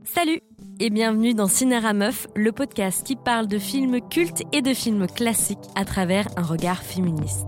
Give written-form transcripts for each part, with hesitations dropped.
Salut et bienvenue dans Cinéra Meuf, le podcast qui parle de films cultes et de films classiques à travers un regard féministe.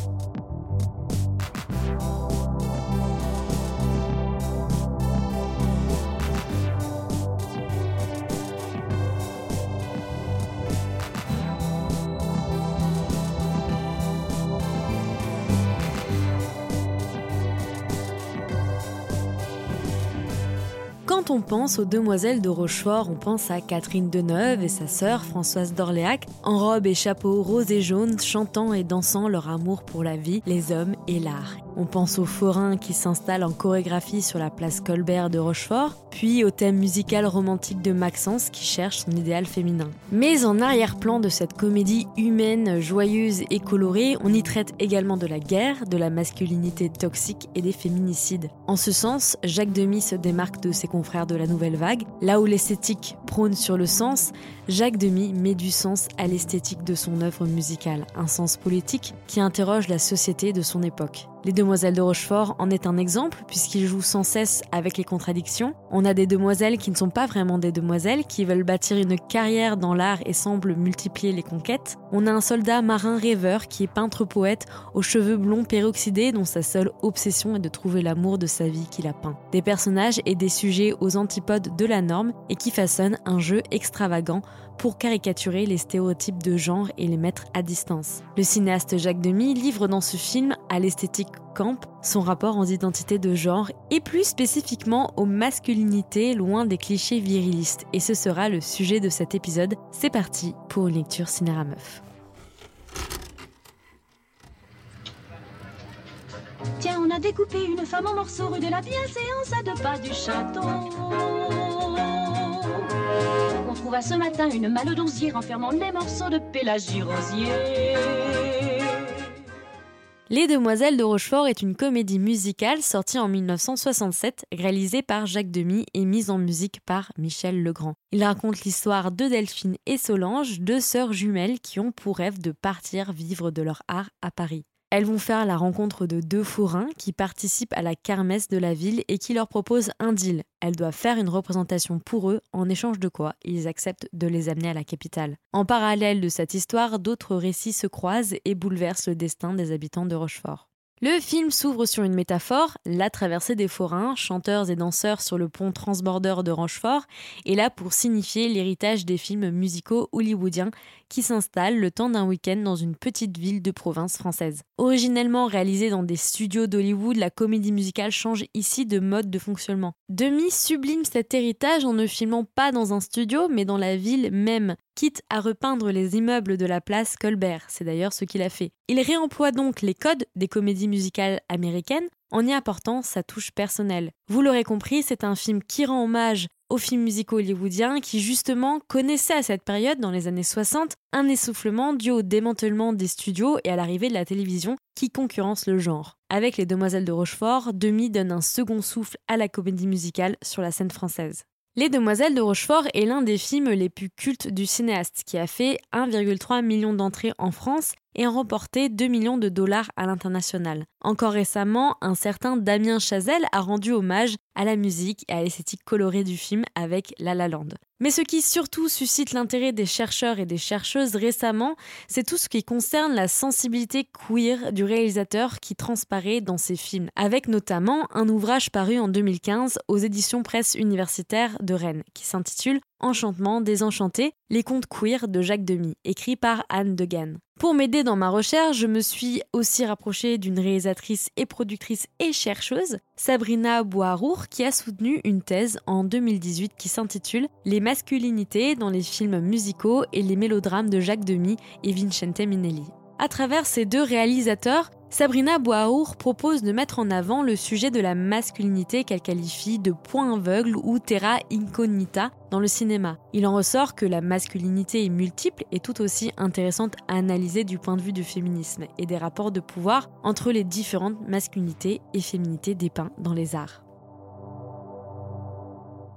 Quand on pense aux Demoiselles de Rochefort, on pense à Catherine Deneuve et sa sœur Françoise d'Orléac, en robe et chapeau rose et jaune, chantant et dansant leur amour pour la vie, les hommes et l'art. On pense aux forains qui s'installent en chorégraphie sur la place Colbert de Rochefort, puis au thème musical romantique de Maxence qui cherche son idéal féminin. Mais en arrière-plan de cette comédie humaine, joyeuse et colorée, on y traite également de la guerre, de la masculinité toxique et des féminicides. En ce sens, Jacques Demy se démarque de ses confrères de la Nouvelle Vague. Là où l'esthétique prône sur le sens, Jacques Demy met du sens à l'esthétique de son œuvre musicale, un sens politique qui interroge la société de son époque. Les Demoiselles de Rochefort en est un exemple puisqu'il joue sans cesse avec les contradictions. On a des demoiselles qui ne sont pas vraiment des demoiselles, qui veulent bâtir une carrière dans l'art et semblent multiplier les conquêtes. On a un soldat marin rêveur qui est peintre-poète aux cheveux blonds peroxydés dont sa seule obsession est de trouver l'amour de sa vie qu'il a peint. Des personnages et des sujets aux antipodes de la norme et qui façonnent un jeu extravagant pour caricaturer les stéréotypes de genre et les mettre à distance. Le cinéaste Jacques Demy livre dans ce film à l'esthétique camp son rapport aux identités de genre et plus spécifiquement aux masculinités loin des clichés virilistes. Et ce sera le sujet de cet épisode. C'est parti pour une lecture Cinéra Meuf. Tiens, on a découpé une femme en morceaux rue de la Bienséance à 2 pas du château. On trouva ce matin une malle d'osier renfermant les morceaux de Pélagie Rosier. Les Demoiselles de Rochefort est une comédie musicale sortie en 1967, réalisée par Jacques Demy et mise en musique par Michel Legrand. Il raconte l'histoire de Delphine et Solange, 2 sœurs jumelles qui ont pour rêve de partir vivre de leur art à Paris. Elles vont faire la rencontre de 2 forains qui participent à la kermesse de la ville et qui leur proposent un deal. Elles doivent faire une représentation pour eux, en échange de quoi ils acceptent de les amener à la capitale. En parallèle de cette histoire, d'autres récits se croisent et bouleversent le destin des habitants de Rochefort. Le film s'ouvre sur une métaphore, la traversée des forains, chanteurs et danseurs sur le pont transbordeur de Rochefort, est là pour signifier l'héritage des films musicaux hollywoodiens qui s'installent le temps d'un week-end dans une petite ville de province française. Originellement réalisée dans des studios d'Hollywood, la comédie musicale change ici de mode de fonctionnement. Demy sublime cet héritage en ne filmant pas dans un studio, mais dans la ville même, quitte à repeindre les immeubles de la place Colbert. C'est d'ailleurs ce qu'il a fait. Il réemploie donc les codes des comédies musicales américaines en y apportant sa touche personnelle. Vous l'aurez compris, c'est un film qui rend hommage aux films musicaux hollywoodiens qui justement connaissaient à cette période, dans les années 60, un essoufflement dû au démantèlement des studios et à l'arrivée de la télévision qui concurrence le genre. Avec Les Demoiselles de Rochefort, Demy donne un second souffle à la comédie musicale sur la scène française. Les Demoiselles de Rochefort est l'un des films les plus cultes du cinéaste qui a fait 1,3 million d'entrées en France et a remporté 2 millions de dollars à l'international. Encore récemment, un certain Damien Chazelle a rendu hommage à la musique et à l'esthétique colorée du film avec La La Land. Mais ce qui surtout suscite l'intérêt des chercheurs et des chercheuses récemment, c'est tout ce qui concerne la sensibilité queer du réalisateur qui transparaît dans ses films, avec notamment un ouvrage paru en 2015 aux éditions Presse Universitaire de Rennes, qui s'intitule Enchantement désenchanté, les contes queer de Jacques Demy, écrit par Anne Degan. Pour m'aider dans ma recherche, je me suis aussi rapprochée d'une réalisatrice et productrice et chercheuse, Sabrina Bouharour, qui a soutenu une thèse en 2018 qui s'intitule « Les masculinités dans les films musicaux et les mélodrames de Jacques Demy et Vincente Minnelli ». À travers ces 2 réalisateurs, Sabrina Bouharour propose de mettre en avant le sujet de la masculinité qu'elle qualifie de point aveugle ou terra incognita dans le cinéma. Il en ressort que la masculinité est multiple et tout aussi intéressante à analyser du point de vue du féminisme et des rapports de pouvoir entre les différentes masculinités et féminités dépeintes dans les arts.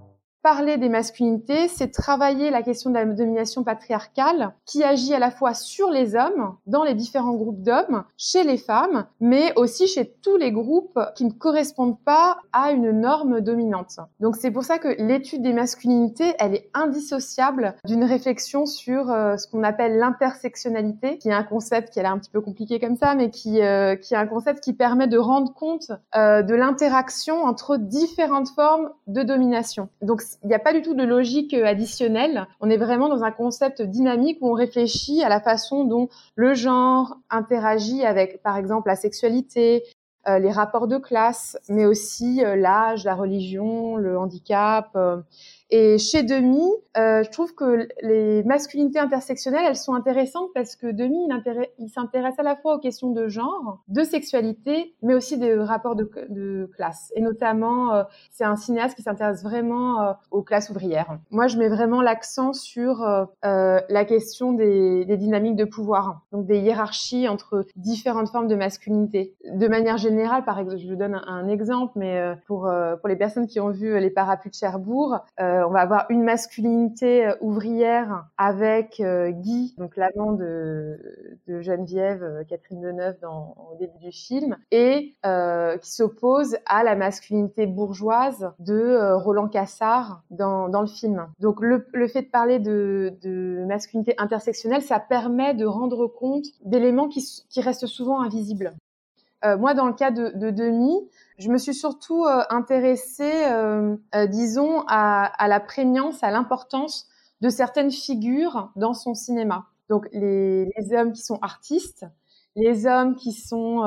parler des masculinités, c'est travailler la question de la domination patriarcale qui agit à la fois sur les hommes, dans les différents groupes d'hommes, chez les femmes, mais aussi chez tous les groupes qui ne correspondent pas à une norme dominante. Donc c'est pour ça que l'étude des masculinités, elle est indissociable d'une réflexion sur ce qu'on appelle l'intersectionnalité, qui est un concept qui a l'air un petit peu compliqué comme ça, mais qui est un concept qui permet de rendre compte de l'interaction entre différentes formes de domination. Donc il n'y a pas du tout de logique additionnelle, on est vraiment dans un concept dynamique où on réfléchit à la façon dont le genre interagit avec, par exemple, la sexualité, les rapports de classe, mais aussi l'âge, la religion, le handicap. Et chez Demy, je trouve que les masculinités intersectionnelles, elles sont intéressantes parce que Demy, il s'intéresse à la fois aux questions de genre, de sexualité, mais aussi des rapports de classe. Et notamment, c'est un cinéaste qui s'intéresse vraiment aux classes ouvrières. Moi, je mets vraiment l'accent sur la question des dynamiques de pouvoir, donc des hiérarchies entre différentes formes de masculinité. De manière générale, par exemple, je vous donne un exemple, mais pour les personnes qui ont vu Les Parapluies de Cherbourg, on va avoir une masculinité ouvrière avec Guy, donc l'amant de Geneviève, Catherine Deneuve au début du film, et qui s'oppose à la masculinité bourgeoise de Roland Cassard dans le film. Donc le fait de parler de masculinité intersectionnelle, ça permet de rendre compte d'éléments qui restent souvent invisibles. Moi, dans le cas de Demy, je me suis surtout intéressée, disons, à la prégnance, à l'importance de certaines figures dans son cinéma. Donc, les hommes qui sont artistes, les hommes qui sont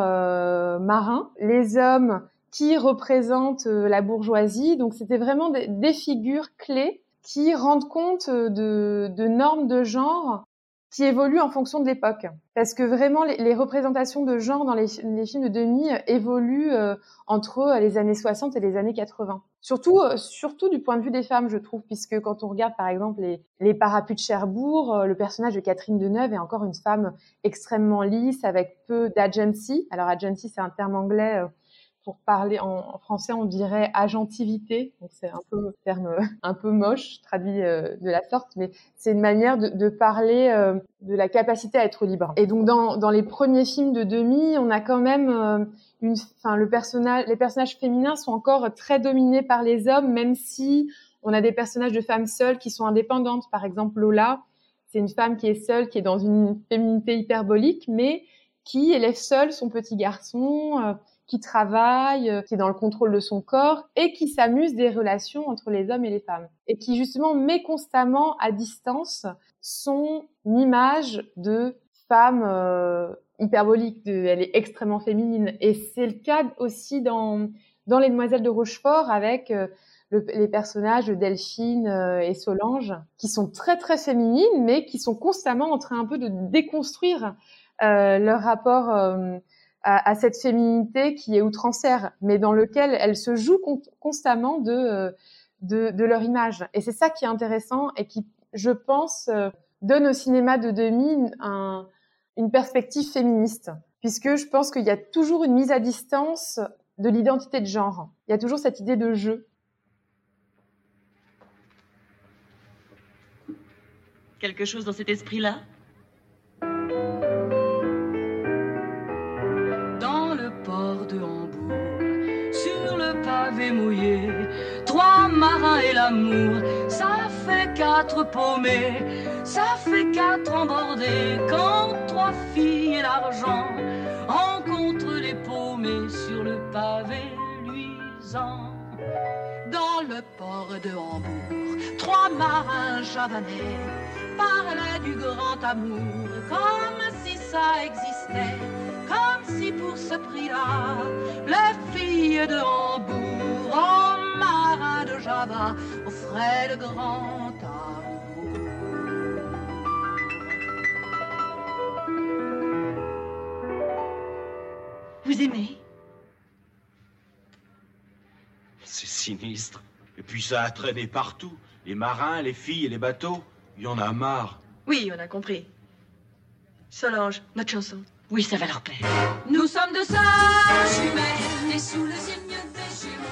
marins, les hommes qui représentent la bourgeoisie. Donc, c'était vraiment des figures clés qui rendent compte de normes de genre qui évoluent en fonction de l'époque. Parce que vraiment, les représentations de genre dans les films de Demy évoluent entre les années 60 et les années 80. Surtout du point de vue des femmes, je trouve, puisque quand on regarde, par exemple, les Parapluies de Cherbourg, le personnage de Catherine Deneuve est encore une femme extrêmement lisse, avec peu d'agency. Alors, agency, c'est un terme anglais. Pour parler en français, on dirait agentivité. Donc c'est un peu un terme un peu moche traduit de la sorte, mais c'est une manière de parler de la capacité à être libre. Et donc dans les premiers films de Demy, on a quand même les personnages féminins sont encore très dominés par les hommes, même si on a des personnages de femmes seules qui sont indépendantes. Par exemple, Lola, c'est une femme qui est seule, qui est dans une féminité hyperbolique, mais qui élève seule son petit garçon, qui travaille, qui est dans le contrôle de son corps et qui s'amuse des relations entre les hommes et les femmes. Et qui justement met constamment à distance son image de femme hyperbolique, elle est extrêmement féminine. Et c'est le cas aussi dans Les Demoiselles de Rochefort avec les personnages de Delphine et Solange, qui sont très très féminines, mais qui sont constamment en train un peu de déconstruire leur rapport à cette féminité qui est outrancière, mais dans lequel elles se jouent constamment de leur image. Et c'est ça qui est intéressant et qui, je pense, donne au cinéma de Demy une perspective féministe, puisque je pense qu'il y a toujours une mise à distance de l'identité de genre. Il y a toujours cette idée de jeu. Quelque chose dans cet esprit-là ? De Hambourg, sur le pavé mouillé, 3 marins et l'amour, ça fait 4 paumés, ça fait 4 embordés, quand 3 filles et l'argent rencontrent les paumés sur le pavé luisant. Dans le port de Hambourg, 3 marins javanais parlaient du grand amour, comme si ça existait. Comme si pour ce prix-là, les filles de Hambourg, aux marins de Java, offraient le grand amour. Vous aimez ? C'est sinistre. Et puis ça a traîné partout. Les marins, les filles et les bateaux. Il y en a marre. Oui, on a compris. Solange, notre chanson. Oui, ça va leur plaire. Nous sommes 2 sœurs jumelles, nées sous le signe des Gémeaux.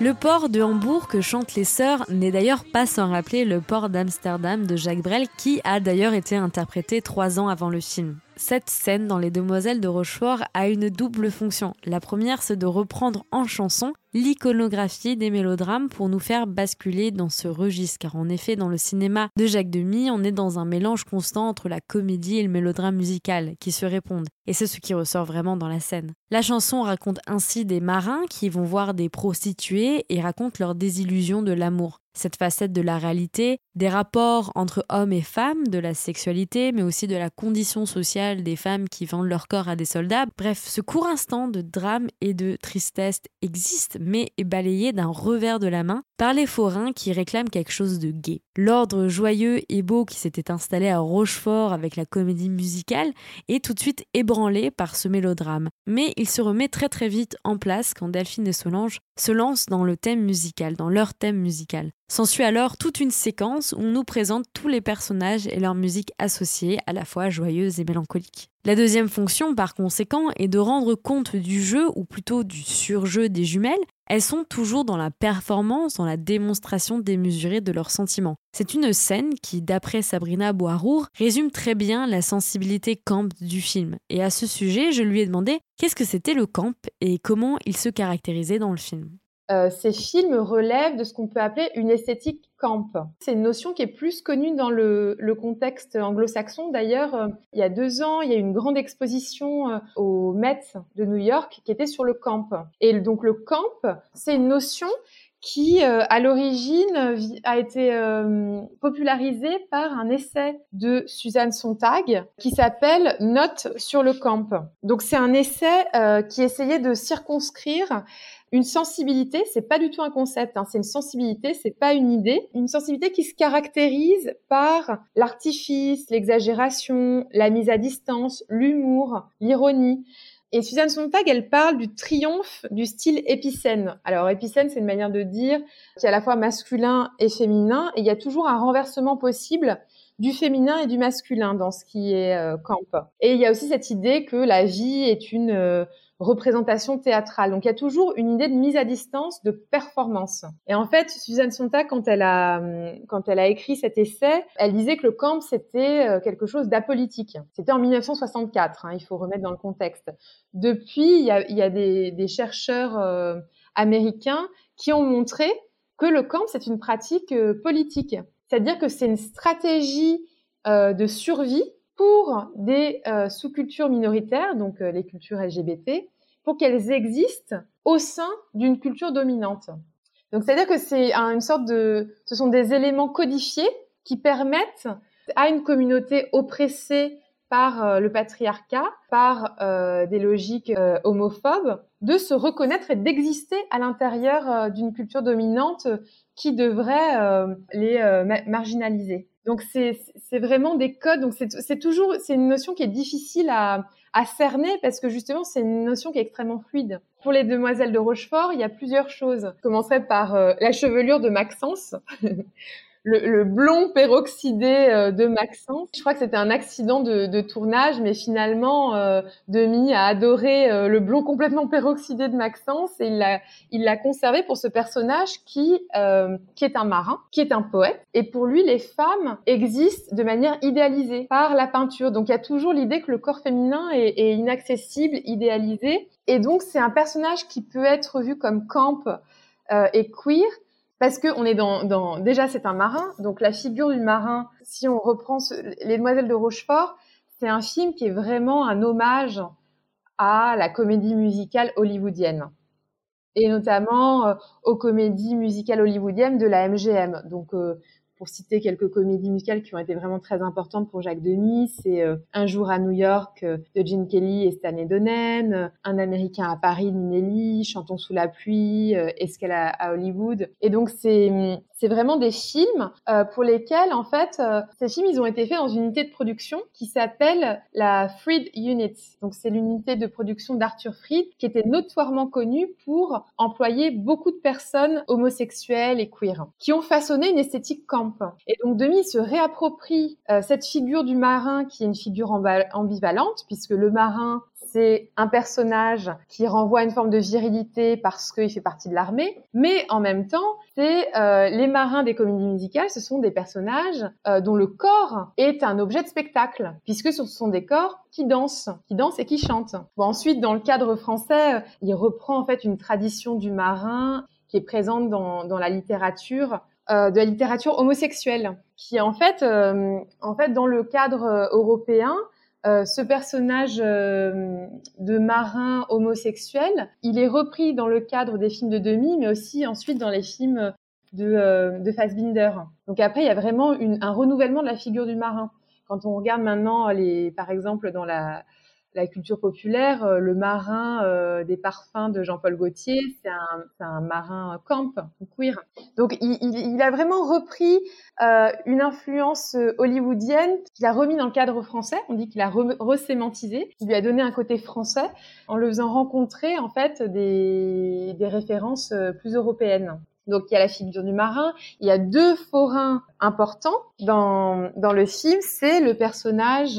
Le port de Hambourg que chantent les sœurs n'est d'ailleurs pas sans rappeler le port d'Amsterdam de Jacques Brel, qui a d'ailleurs été interprété 3 ans avant le film. Cette scène dans Les Demoiselles de Rochefort a une double fonction. La première, c'est de reprendre en chanson l'iconographie des mélodrames pour nous faire basculer dans ce registre. Car en effet, dans le cinéma de Jacques Demy, on est dans un mélange constant entre la comédie et le mélodrame musical qui se répondent. Et c'est ce qui ressort vraiment dans la scène. La chanson raconte ainsi des marins qui vont voir des prostituées et racontent leur désillusion de l'amour. Cette facette de la réalité, des rapports entre hommes et femmes, de la sexualité, mais aussi de la condition sociale des femmes qui vendent leur corps à des soldats. Bref, ce court instant de drame et de tristesse existe, mais est balayé d'un revers de la main par les forains qui réclament quelque chose de gai. L'ordre joyeux et beau qui s'était installé à Rochefort avec la comédie musicale est tout de suite ébranlé par ce mélodrame. Mais il se remet très très vite en place quand Delphine et Solange se lancent dans le thème musical, dans leur thème musical. S'ensuit alors toute une séquence où on nous présente tous les personnages et leur musique associée, à la fois joyeuse et mélancolique. La deuxième fonction, par conséquent, est de rendre compte du jeu, ou plutôt du surjeu des jumelles. Elles sont toujours dans la performance, dans la démonstration démesurée de leurs sentiments. C'est une scène qui, d'après Sabrina Boirour, résume très bien la sensibilité camp du film. Et à ce sujet, je lui ai demandé qu'est-ce que c'était le camp et comment il se caractérisait dans le film. Ces films relèvent de ce qu'on peut appeler une esthétique camp. C'est une notion qui est plus connue dans le contexte anglo-saxon. D'ailleurs, il y a 2 ans, il y a eu une grande exposition au Met de New York qui était sur le camp. Et donc le camp, c'est une notion qui, à l'origine, a été popularisée par un essai de Susan Sontag qui s'appelle « Notes sur le camp ». Donc c'est un essai qui essayait de circonscrire une sensibilité, c'est pas du tout un concept, c'est une sensibilité, c'est pas une idée. Une sensibilité qui se caractérise par l'artifice, l'exagération, la mise à distance, l'humour, l'ironie. Et Susan Sontag, elle parle du triomphe du style épicène. Alors, épicène, c'est une manière de dire qui est à la fois masculin et féminin, et il y a toujours un renversement possible du féminin et du masculin dans ce qui est camp. Et il y a aussi cette idée que la vie est une représentation théâtrale. Donc, il y a toujours une idée de mise à distance, de performance. Et en fait, Susan Sontag, quand elle a écrit cet essai, elle disait que le camp, c'était quelque chose d'apolitique. C'était en 1964, il faut remettre dans le contexte. Depuis, il y a des chercheurs américains qui ont montré que le camp, c'est une pratique politique. C'est-à-dire que c'est une stratégie de survie pour des sous-cultures minoritaires, donc les cultures LGBT, pour qu'elles existent au sein d'une culture dominante. Donc, c'est-à-dire que c'est ce sont des éléments codifiés qui permettent à une communauté oppressée par le patriarcat, par des logiques homophobes, de se reconnaître et d'exister à l'intérieur d'une culture dominante qui devrait les marginaliser. Donc c'est vraiment des codes. Donc c'est une notion qui est difficile à cerner parce que justement c'est une notion qui est extrêmement fluide. Pour les Demoiselles de Rochefort, il y a plusieurs choses. Je commencerai par la chevelure de Maxence. Le blond peroxydé de Maxence. Je crois que c'était un accident de tournage, mais finalement, Demy a adoré le blond complètement peroxydé de Maxence et il l'a conservé pour ce personnage qui est un marin, qui est un poète. Et pour lui, les femmes existent de manière idéalisée par la peinture. Donc, il y a toujours l'idée que le corps féminin est inaccessible, idéalisé. Et donc, c'est un personnage qui peut être vu comme camp et queer. Parce que on est déjà c'est un marin, donc la figure du marin, si on reprend Les Demoiselles de Rochefort, c'est un film qui est vraiment un hommage à la comédie musicale hollywoodienne. Et notamment aux comédies musicales hollywoodiennes de la MGM. Donc pour citer quelques comédies musicales qui ont été vraiment très importantes pour Jacques Demy, c'est Un jour à New York de Gene Kelly et Stanley Donen, Un Américain à Paris de Minelli, Chantons sous la pluie, Escale à Hollywood. Et donc c'est vraiment des films pour lesquels en fait ces films ils ont été faits dans une unité de production qui s'appelle la Freed Unit. Donc c'est l'unité de production d'Arthur Freed qui était notoirement connue pour employer beaucoup de personnes homosexuelles et queer qui ont façonné une esthétique camp. Et donc Demy se réapproprie cette figure du marin qui est une figure ambivalente puisque le marin c'est un personnage qui renvoie à une forme de virilité parce qu'il fait partie de l'armée, mais en même temps, c'est les marins des comédies musicales, ce sont des personnages dont le corps est un objet de spectacle, puisque ce sont des corps qui dansent et qui chantent. Bon, ensuite, dans le cadre français, il reprend en fait une tradition du marin qui est présente dans la littérature, de la littérature homosexuelle, qui en fait dans le cadre européen, ce personnage de marin homosexuel, il est repris dans le cadre des films de Demy, mais aussi ensuite dans les films de Fassbinder. Donc après, il y a vraiment un renouvellement de la figure du marin. Quand on regarde maintenant, par exemple, dans la culture populaire, le marin des parfums de Jean-Paul Gaultier, c'est un marin camp, queer. Donc il a vraiment repris une influence hollywoodienne qu'il a remis dans le cadre français. On dit qu'il a resémantisé, qui lui a donné un côté français en le faisant rencontrer en fait des références plus européennes. Donc il y a la figure du marin, il y a 2 forains importants dans le film, c'est les personnages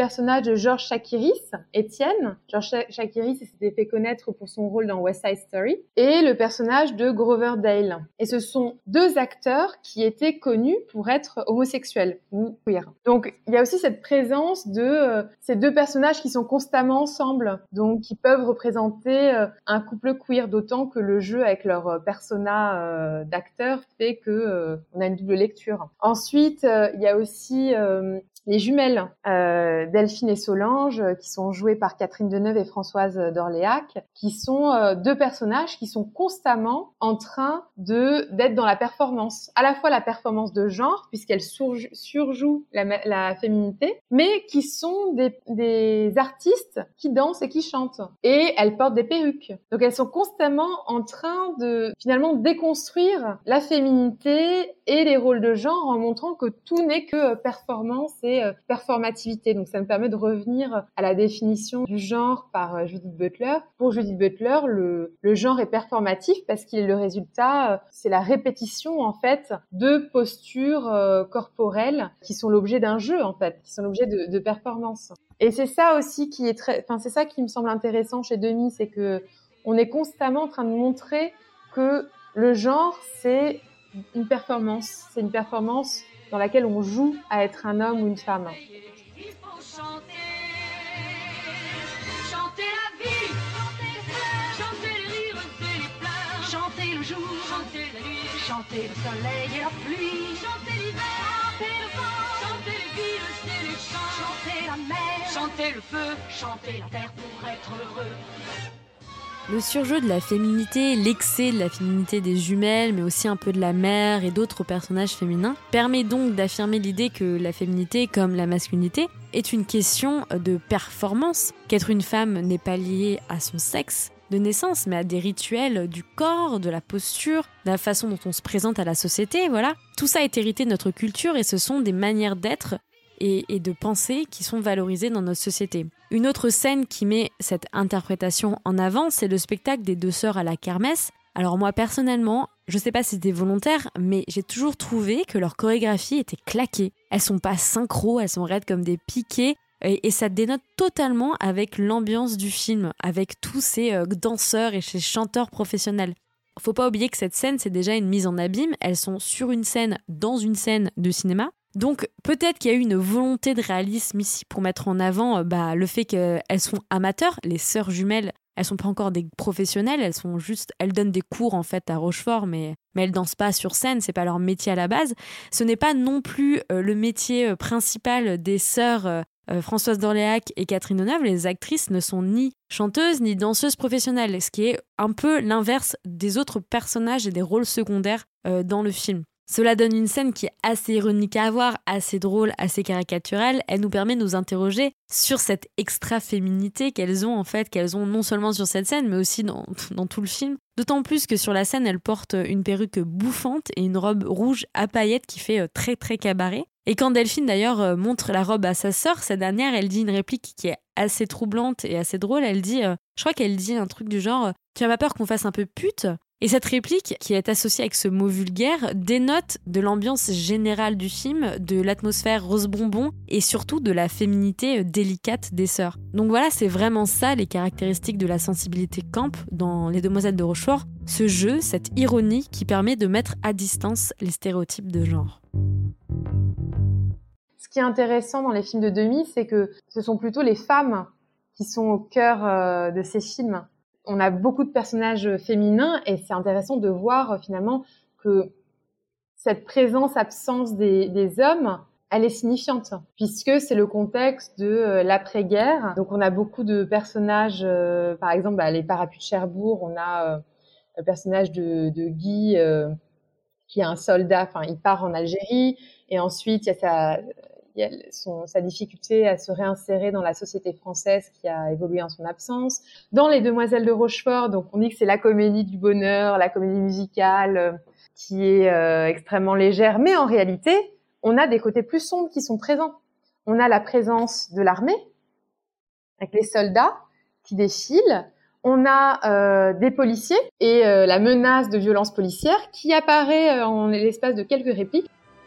de George Chakiris, Étienne. George Chakiris s'était fait connaître pour son rôle dans West Side Story, et le personnage de Grover Dale. Et ce sont 2 acteurs qui étaient connus pour être homosexuels ou queer. Donc il y a aussi cette présence de ces 2 personnages qui sont constamment ensemble, donc qui peuvent représenter un couple queer, d'autant que le jeu avec leur persona d'acteurs fait que on a une double lecture. Ensuite, il y a aussi les jumelles Delphine et Solange, qui sont jouées par Catherine Deneuve et Françoise d'Orléac, qui sont 2 personnages qui sont constamment en train d'être dans la performance, à la fois la performance de genre, puisqu'elles surjouent la féminité, mais qui sont des artistes qui dansent et qui chantent. Et elles portent des perruques. Donc elles sont constamment en train de finalement déconstruire la féminité et les rôles de genre en montrant que tout n'est que performance et performativité. Donc ça me permet de revenir à la définition du genre par Judith Butler. Pour Judith Butler, le genre est performatif parce qu'il est le résultat, c'est la répétition en fait de postures corporelles qui sont l'objet d'un jeu en fait, qui sont l'objet de performance. Et c'est ça aussi c'est ça qui me semble intéressant chez Demy, c'est que on est constamment en train de montrer que le genre, c'est une performance. C'est une performance dans laquelle on joue à être un homme ou une femme. Il faut chanter, chanter la vie, chanter les rires et les pleurs, chanter le jour, chanter la nuit, chanter le soleil et la pluie, chanter l'hiver, chanter le vent, chanter les villes et les champs, chanter la mer, chanter le feu, chanter la terre pour être heureux. Le surjeu de la féminité, l'excès de la féminité des jumelles, mais aussi un peu de la mère et d'autres personnages féminins, permet donc d'affirmer l'idée que la féminité, comme la masculinité, est une question de performance, qu'être une femme n'est pas lié à son sexe de naissance, mais à des rituels du corps, de la posture, de la façon dont on se présente à la société, voilà. Tout ça est hérité de notre culture et ce sont des manières d'être et de penser qui sont valorisées dans notre société. Une autre scène qui met cette interprétation en avant, c'est le spectacle des 2 sœurs à la kermesse. Alors moi personnellement, je sais pas si c'était volontaire, mais j'ai toujours trouvé que leur chorégraphie était claquée. Elles sont pas synchro, elles sont raides comme des piquets, et ça dénote totalement avec l'ambiance du film, avec tous ces danseurs et ces chanteurs professionnels. Faut pas oublier que cette scène, c'est déjà une mise en abîme, elles sont sur une scène, dans une scène de cinéma. Donc peut-être qu'il y a eu une volonté de réalisme ici pour mettre en avant le fait qu'elles sont amateurs, les sœurs jumelles, elles sont pas encore des professionnelles, elles donnent des cours en fait à Rochefort, mais elles dansent pas sur scène, c'est pas leur métier à la base. Ce n'est pas non plus le métier principal des sœurs Françoise d'Orléac et Catherine Deneuve. Les actrices ne sont ni chanteuses ni danseuses professionnelles, ce qui est un peu l'inverse des autres personnages et des rôles secondaires dans le film. Cela donne une scène qui est assez ironique à voir, assez drôle, assez caricaturale. Elle nous permet de nous interroger sur cette extra-féminité qu'elles ont non seulement sur cette scène, mais aussi dans tout le film. D'autant plus que sur la scène, elles portent une perruque bouffante et une robe rouge à paillettes qui fait très très cabaret. Et quand Delphine d'ailleurs montre la robe à sa sœur, cette dernière, elle dit une réplique qui est assez troublante et assez drôle. Elle dit, je crois qu'elle dit un truc du genre « Tu as pas peur qu'on fasse un peu pute ?» Et cette réplique, qui est associée avec ce mot vulgaire, dénote de l'ambiance générale du film, de l'atmosphère rose bonbon et surtout de la féminité délicate des sœurs. Donc voilà, c'est vraiment ça les caractéristiques de la sensibilité camp dans Les Demoiselles de Rochefort, ce jeu, cette ironie qui permet de mettre à distance les stéréotypes de genre. Ce qui est intéressant dans les films de Demy, c'est que ce sont plutôt les femmes qui sont au cœur de ces films. On a beaucoup de personnages féminins et c'est intéressant de voir finalement que cette présence-absence des hommes, elle est signifiante puisque c'est le contexte de l'après-guerre. Donc on a beaucoup de personnages, par exemple les Parapluies de Cherbourg, on a le personnage de Guy qui est un soldat, il part en Algérie et ensuite il y a sa difficulté à se réinsérer dans la société française qui a évolué en son absence. Dans Les Demoiselles de Rochefort, donc on dit que c'est la comédie du bonheur, la comédie musicale qui est extrêmement légère, mais en réalité, on a des côtés plus sombres qui sont présents. On a la présence de l'armée, avec les soldats qui défilent. On a des policiers et la menace de violence policière qui apparaît en l'espace de quelques répliques.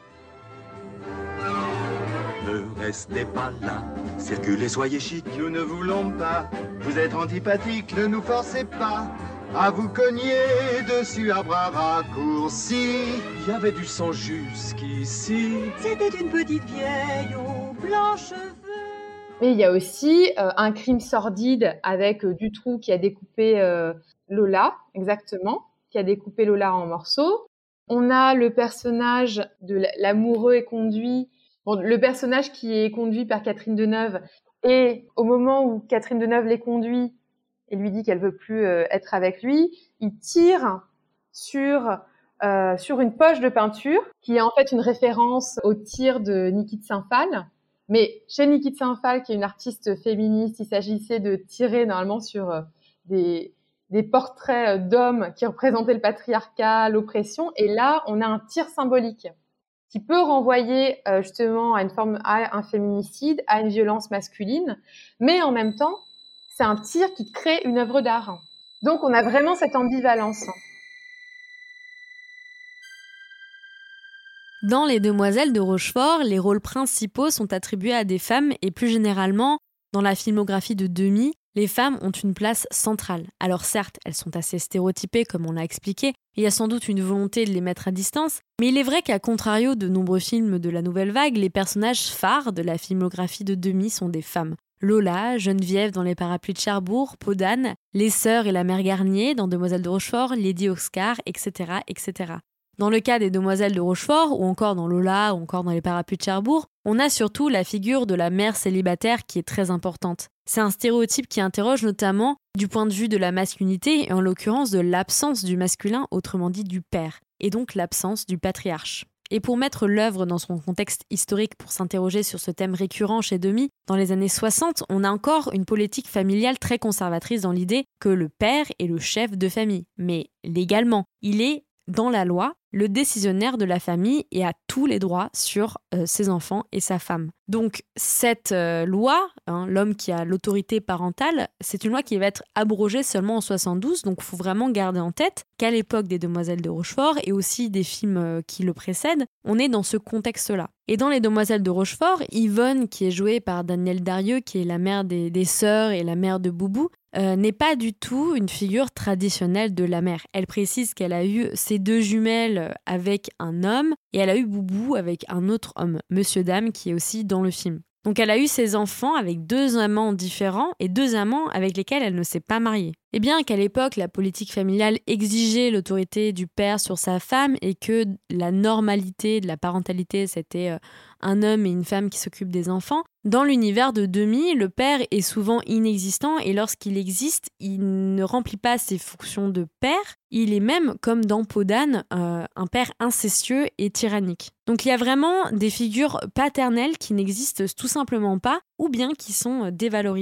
Ne restez pas là, circulez, soyez chic. Nous ne voulons pas, vous êtes antipathique, ne nous forcez pas à vous cogner dessus à bras raccourcis. Il y avait du sang jusqu'ici. C'était une petite vieille aux blancs cheveux. Mais il y a aussi un crime sordide avec Dutroux qui a découpé Lola, exactement, qui a découpé Lola en morceaux. On a le personnage de l'amoureux et conduit. Bon, le personnage qui est conduit par Catherine Deneuve, et au moment où Catherine Deneuve les conduit et lui dit qu'elle veut plus être avec lui, il tire sur une poche de peinture qui est en fait une référence au tir de Niki de Saint-Phal. Mais chez Niki de Saint-Phal, qui est une artiste féministe, il s'agissait de tirer normalement sur des portraits d'hommes qui représentaient le patriarcat, l'oppression, et là on a un tir symbolique qui peut renvoyer justement à un féminicide, à une violence masculine, mais en même temps, c'est un tir qui crée une œuvre d'art. Donc on a vraiment cette ambivalence. Dans Les Demoiselles de Rochefort, les rôles principaux sont attribués à des femmes et plus généralement, dans la filmographie de Demy, les femmes ont une place centrale. Alors certes, elles sont assez stéréotypées comme on l'a expliqué, et il y a sans doute une volonté de les mettre à distance, mais il est vrai qu'à contrario de nombreux films de la Nouvelle Vague, les personnages phares de la filmographie de Demy sont des femmes. Lola, Geneviève dans Les Parapluies de Cherbourg, Peau d'âne, les sœurs et la mère Garnier dans Demoiselles de Rochefort, Lady Oscar, etc., etc. Dans le cas des Demoiselles de Rochefort, ou encore dans Lola, ou encore dans Les Parapluies de Cherbourg, on a surtout la figure de la mère célibataire qui est très importante. C'est un stéréotype qui interroge notamment du point de vue de la masculinité et en l'occurrence de l'absence du masculin, autrement dit du père, et donc l'absence du patriarche. Et pour mettre l'œuvre dans son contexte historique pour s'interroger sur ce thème récurrent chez Demy, dans les années 60, on a encore une politique familiale très conservatrice dans l'idée que le père est le chef de famille. Mais légalement, il est, dans la loi, le décisionnaire de la famille et a tous les droits sur ses enfants et sa femme. Donc cette loi, l'homme qui a l'autorité parentale, c'est une loi qui va être abrogée seulement en 72, donc il faut vraiment garder en tête qu'à l'époque des Demoiselles de Rochefort et aussi des films qui le précèdent, on est dans ce contexte-là. Et dans Les Demoiselles de Rochefort, Yvonne, qui est jouée par Danielle Darrieux, qui est la mère des sœurs et la mère de Boubou, n'est pas du tout une figure traditionnelle de la mère. Elle précise qu'elle a eu ses 2 jumelles avec un homme et elle a eu Boubou avec un autre homme, Monsieur Dame, qui est aussi dans le film. Donc elle a eu ses enfants avec 2 amants différents et 2 amants avec lesquels elle ne s'est pas mariée. Et bien qu'à l'époque, la politique familiale exigeait l'autorité du père sur sa femme et que la normalité de la parentalité, c'était un homme et une femme qui s'occupent des enfants, dans l'univers de Demy, le père est souvent inexistant et lorsqu'il existe, il ne remplit pas ses fonctions de père. Il est même, comme dans Peau d'âne, un père incestueux et tyrannique. Donc il y a vraiment des figures paternelles qui n'existent tout simplement pas ou bien qui sont dévalorisées.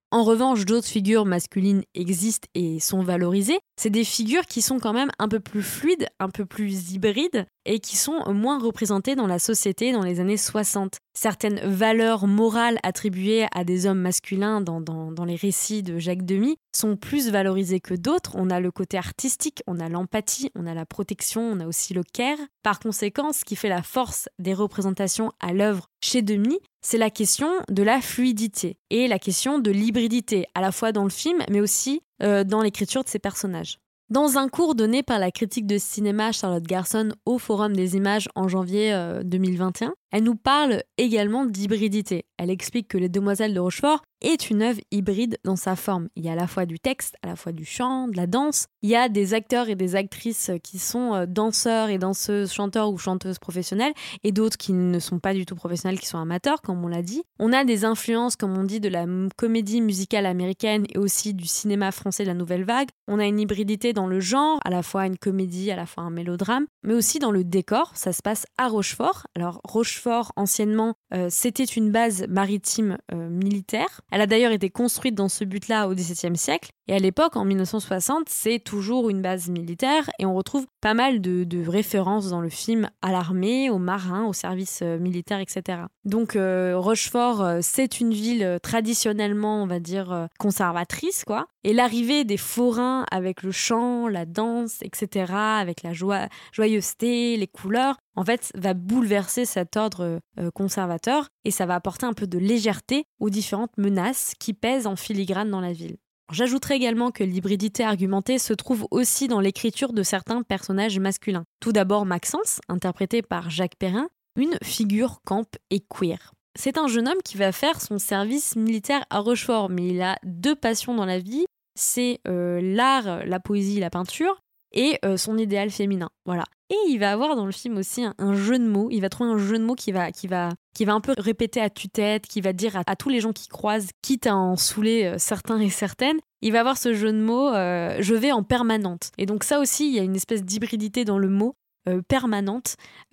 En revanche, d'autres figures masculines existent et sont valorisées. C'est des figures qui sont quand même un peu plus fluides, un peu plus hybrides et qui sont moins représentées dans la société dans les années 60. Certaines valeurs morales attribuées à des hommes masculins dans les récits de Jacques Demy sont plus valorisées que d'autres. On a le côté artistique, on a l'empathie, on a la protection, on a aussi le care. Par conséquent, ce qui fait la force des représentations à l'œuvre chez Demy, c'est la question de la fluidité et la question de l'hybridité, à la fois dans le film, mais aussi dans l'écriture de ses personnages. Dans un cours donné par la critique de cinéma Charlotte Garson au Forum des images en janvier 2021, elle nous parle également d'hybridité. Elle explique que Les Demoiselles de Rochefort est une œuvre hybride dans sa forme. Il y a à la fois du texte, à la fois du chant, de la danse. Il y a des acteurs et des actrices qui sont danseurs et danseuses, chanteurs ou chanteuses professionnelles, et d'autres qui ne sont pas du tout professionnels, qui sont amateurs, comme on l'a dit. On a des influences, comme on dit, de la comédie musicale américaine et aussi du cinéma français de la Nouvelle Vague. On a une hybridité dans le genre, à la fois une comédie, à la fois un mélodrame, mais aussi dans le décor. Ça se passe à Rochefort. Alors Rochefort, anciennement, c'était une base maritime militaire. Elle a d'ailleurs été construite dans ce but-là au XVIIe siècle. Et à l'époque, en 1960, c'est toujours une base militaire. Et on retrouve pas mal de références dans le film à l'armée, aux marins, au service militaire, etc. Donc Rochefort, c'est une ville traditionnellement, on va dire, conservatrice, quoi. Et l'arrivée des forains avec le chant, la danse, etc., avec la joyeuseté, les couleurs, en fait, va bouleverser cet ordre conservateur et ça va apporter un peu de légèreté aux différentes menaces qui pèsent en filigrane dans la ville. J'ajouterai également que l'hybridité argumentée se trouve aussi dans l'écriture de certains personnages masculins. Tout d'abord Maxence, interprété par Jacques Perrin, une figure camp et queer. C'est un jeune homme qui va faire son service militaire à Rochefort, mais il a 2 passions dans la vie, c'est l'art, la poésie, la peinture, et son idéal féminin. Voilà. Et il va avoir dans le film aussi un jeu de mots. Il va trouver un jeu de mots qui va un peu répéter à tue-tête, qui va dire à tous les gens qui croisent, quitte à en saouler certains et certaines, il va avoir ce jeu de mots je vais en permanente. Et donc ça aussi, il y a une espèce d'hybridité dans le mot. Permanente.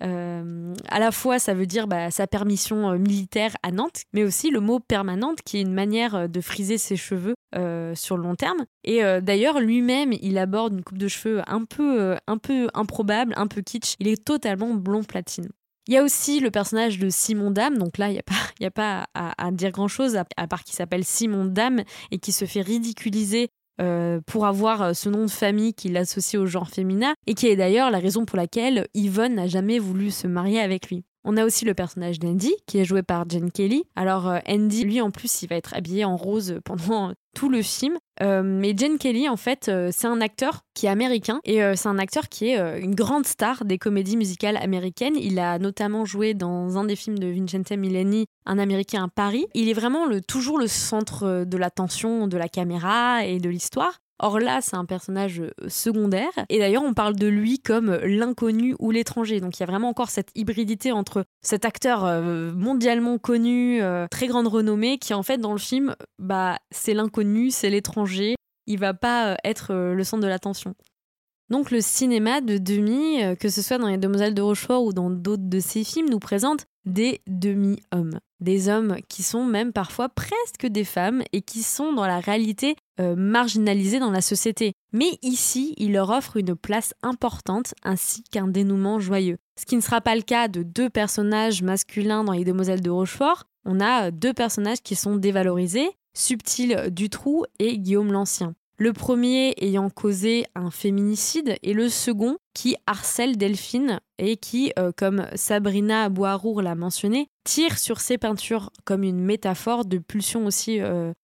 À la fois, ça veut dire sa permission militaire à Nantes, mais aussi le mot permanente qui est une manière de friser ses cheveux sur le long terme. Et d'ailleurs, lui-même, il aborde une coupe de cheveux un peu improbable, un peu kitsch. Il est totalement blond platine. Il y a aussi le personnage de Simon Dame, donc là, il n'y a pas à dire grand-chose, à part qu'il s'appelle Simon Dame et qui se fait ridiculiser pour avoir ce nom de famille qui l'associe au genre féminin et qui est d'ailleurs la raison pour laquelle Yvonne n'a jamais voulu se marier avec lui. On a aussi le personnage d'Andy qui est joué par Gene Kelly. Alors Andy, lui en plus, il va être habillé en rose pendant tout le film. Mais Gene Kelly, en fait, c'est un acteur qui est américain et c'est un acteur qui est une grande star des comédies musicales américaines. Il a notamment joué dans un des films de Vincente Milleni, Un Américain à Paris. Il est vraiment toujours le centre de l'attention de la caméra et de l'histoire. Or là, c'est un personnage secondaire. Et d'ailleurs, on parle de lui comme l'inconnu ou l'étranger. Donc il y a vraiment encore cette hybridité entre cet acteur mondialement connu, très grande renommée, qui en fait, dans le film, c'est l'inconnu, c'est l'étranger. Il va pas être le centre de l'attention. Donc le cinéma de Demy, que ce soit dans Les Demoiselles de Rochefort ou dans d'autres de ses films, nous présente des demi-hommes. Des hommes qui sont même parfois presque des femmes et qui sont dans la réalité marginalisés dans la société. Mais ici, il leur offre une place importante ainsi qu'un dénouement joyeux. Ce qui ne sera pas le cas de 2 personnages masculins dans Les Demoiselles de Rochefort. On a 2 personnages qui sont dévalorisés, Subtil Dutroux et Guillaume l'Ancien. Le premier ayant causé un féminicide et le second qui harcèle Delphine et qui, comme Sabrina Boirour l'a mentionné, tire sur ses peintures comme une métaphore de pulsion aussi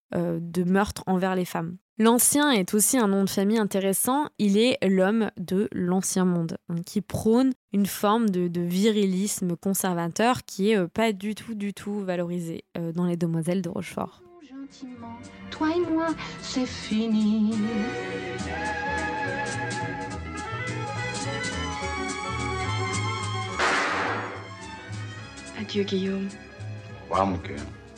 de meurtre envers les femmes. L'ancien est aussi un nom de famille intéressant, il est l'homme de l'ancien monde, qui prône une forme de virilisme conservateur qui est pas du tout valorisé dans Les Demoiselles de Rochefort. Gentiment, toi et moi, c'est fini. Adieu, Guillaume. Au revoir, mon cœur.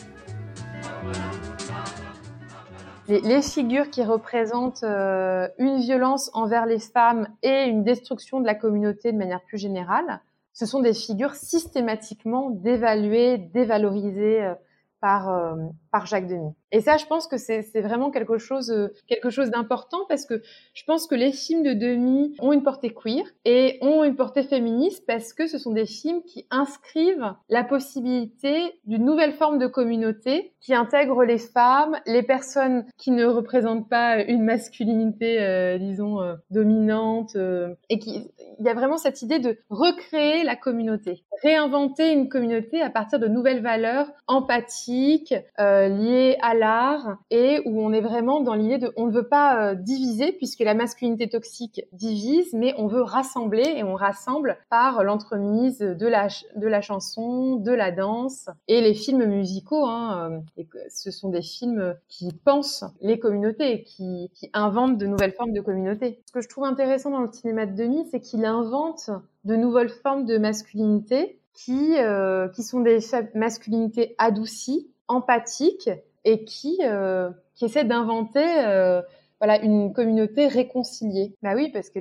Les figures qui représentent une violence envers les femmes et une destruction de la communauté de manière plus générale, ce sont des figures systématiquement dévaluées, dévalorisées par par Jacques Demy. Et ça, je pense que c'est vraiment quelque chose d'important, parce que je pense que les films de Demy ont une portée queer et ont une portée féministe, parce que ce sont des films qui inscrivent la possibilité d'une nouvelle forme de communauté qui intègre les femmes, les personnes qui ne représentent pas une masculinité, dominante, et il y a vraiment cette idée de recréer la communauté, réinventer une communauté à partir de nouvelles valeurs empathiques, liées à l'art, et où on est vraiment dans l'idée de, on ne veut pas diviser, puisque la masculinité toxique divise, mais on veut rassembler, et on rassemble par l'entremise de la chanson, de la danse et les films musicaux. Et ce sont des films qui pensent les communautés, qui inventent de nouvelles formes de communauté. Ce que je trouve intéressant dans le cinéma de Demy, c'est qu'il invente de nouvelles formes de masculinité qui sont des masculinités adoucies, empathiques, et qui essaient d'inventer une communauté réconciliée. Bah oui, parce que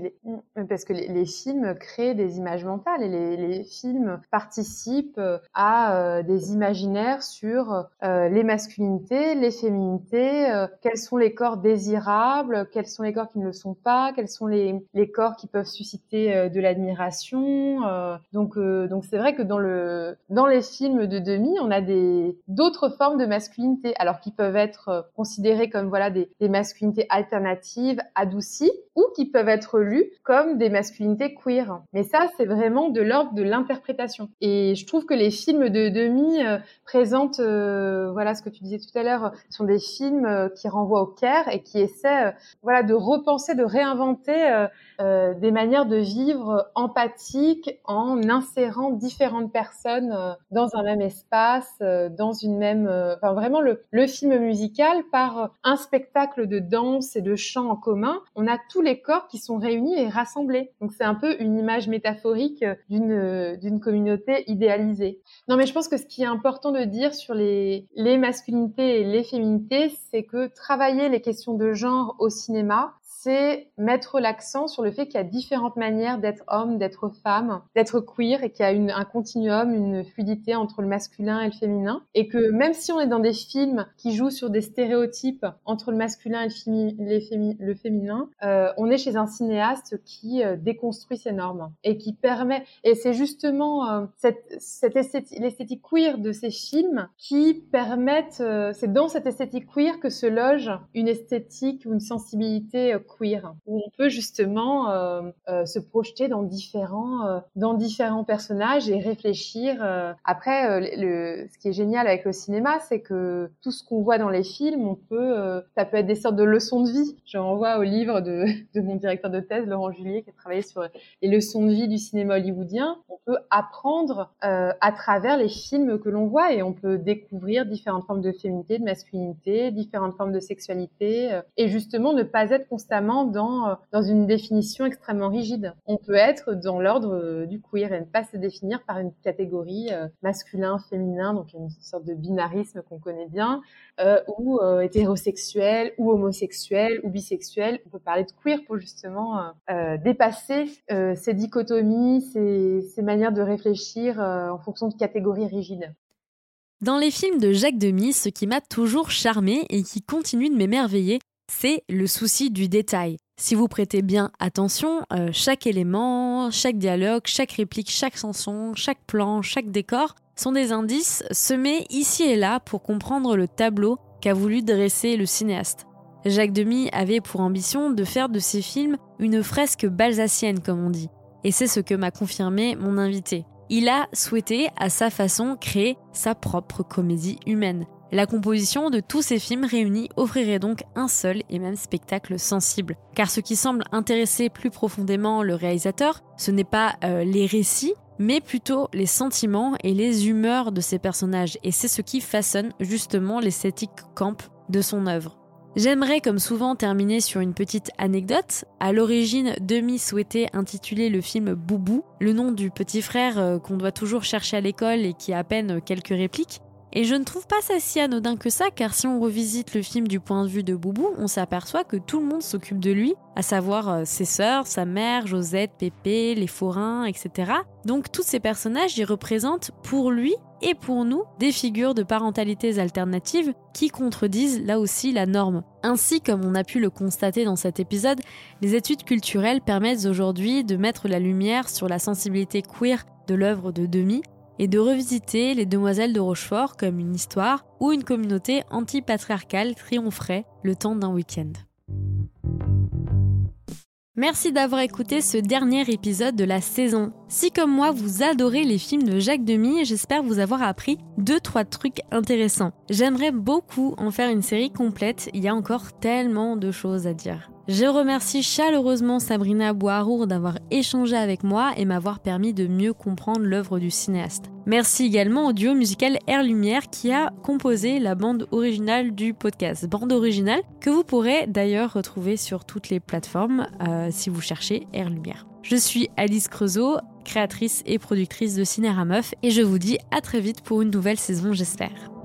les films créent des images mentales, et les films participent à des imaginaires sur les masculinités, les féminités, quels sont les corps désirables, quels sont les corps qui ne le sont pas, quels sont les corps qui peuvent susciter de l'admiration. Donc c'est vrai que dans les films de Demy, on a d'autres formes de masculinité, alors qui peuvent être considérées comme des masculinités alternatives, adoucies, ou qui peuvent être lues comme des masculinités queer. Mais ça, c'est vraiment de l'ordre de l'interprétation. Et je trouve que les films de Demy présentent, ce que tu disais tout à l'heure, sont des films qui renvoient au care et qui essaient de repenser, de réinventer des manières de vivre empathiques en insérant différentes personnes dans un même espace, dans une même... vraiment, le film musical, par un spectacle de danse et de chant en commun, on a tous les corps qui sont réunis et rassemblés. Donc c'est un peu une image métaphorique d'une communauté idéalisée. Non, mais je pense que ce qui est important de dire sur les masculinités et les féminités, c'est que travailler les questions de genre au cinéma, c'est mettre l'accent sur le fait qu'il y a différentes manières d'être homme, d'être femme, d'être queer, et qu'il y a un continuum, une fluidité entre le masculin et le féminin, et que même si on est dans des films qui jouent sur des stéréotypes entre le masculin et le féminin, on est chez un cinéaste qui déconstruit ces normes et qui permet, et c'est justement l'esthétique queer de ces films qui permettent, c'est dans cette esthétique queer que se loge une esthétique ou une sensibilité queer, où on peut justement se projeter dans différents personnages et réfléchir. Après, ce qui est génial avec le cinéma, c'est que tout ce qu'on voit dans les films, ça peut être des sortes de leçons de vie. Je renvoie au livre de mon directeur de thèse, Laurent Julier, qui a travaillé sur les leçons de vie du cinéma hollywoodien. On peut apprendre à travers les films que l'on voit, et on peut découvrir différentes formes de féminité, de masculinité, différentes formes de sexualité, et justement ne pas être constamment dans une définition extrêmement rigide. On peut être dans l'ordre du queer et ne pas se définir par une catégorie masculin, féminin, donc une sorte de binarisme qu'on connaît bien, ou hétérosexuel, ou homosexuel, ou bisexuel. On peut parler de queer pour justement dépasser ces dichotomies, ces manières de réfléchir en fonction de catégories rigides. Dans les films de Jacques Demy, ce qui m'a toujours charmé et qui continue de m'émerveiller, c'est le souci du détail. Si vous prêtez bien attention, chaque élément, chaque dialogue, chaque réplique, chaque chanson, chaque plan, chaque décor sont des indices semés ici et là pour comprendre le tableau qu'a voulu dresser le cinéaste. Jacques Demy avait pour ambition de faire de ses films une fresque balsacienne, comme on dit. Et c'est ce que m'a confirmé mon invité. Il a souhaité, à sa façon, créer sa propre comédie humaine. La composition de tous ces films réunis offrirait donc un seul et même spectacle sensible. Car ce qui semble intéresser plus profondément le réalisateur, ce n'est pas les récits, mais plutôt les sentiments et les humeurs de ces personnages. Et c'est ce qui façonne justement l'esthétique camp de son œuvre. J'aimerais comme souvent terminer sur une petite anecdote. À l'origine, Demy souhaitait intituler le film Boubou, le nom du petit frère qu'on doit toujours chercher à l'école et qui a à peine quelques répliques. Et je ne trouve pas ça si anodin que ça, car si on revisite le film du point de vue de Boubou, on s'aperçoit que tout le monde s'occupe de lui, à savoir ses sœurs, sa mère, Josette, Pépé, les forains, etc. Donc tous ces personnages y représentent pour lui et pour nous des figures de parentalités alternatives qui contredisent là aussi la norme. Ainsi, comme on a pu le constater dans cet épisode, les études culturelles permettent aujourd'hui de mettre la lumière sur la sensibilité queer de l'œuvre de Demy et de revisiter les Demoiselles de Rochefort comme une histoire où une communauté anti-patriarcale triompherait le temps d'un week-end. Merci d'avoir écouté ce dernier épisode de la saison. Si comme moi vous adorez les films de Jacques Demy, j'espère vous avoir appris 2-3 trucs intéressants. J'aimerais beaucoup en faire une série complète, il y a encore tellement de choses à dire. Je remercie chaleureusement Sabrina Bouharour d'avoir échangé avec moi et m'avoir permis de mieux comprendre l'œuvre du cinéaste. Merci également au duo musical Air Lumière qui a composé la bande originale du podcast. Bande originale que vous pourrez d'ailleurs retrouver sur toutes les plateformes si vous cherchez Air Lumière. Je suis Alice Creusot, créatrice et productrice de Cinéra Meuf et je vous dis à très vite pour une nouvelle saison j'espère.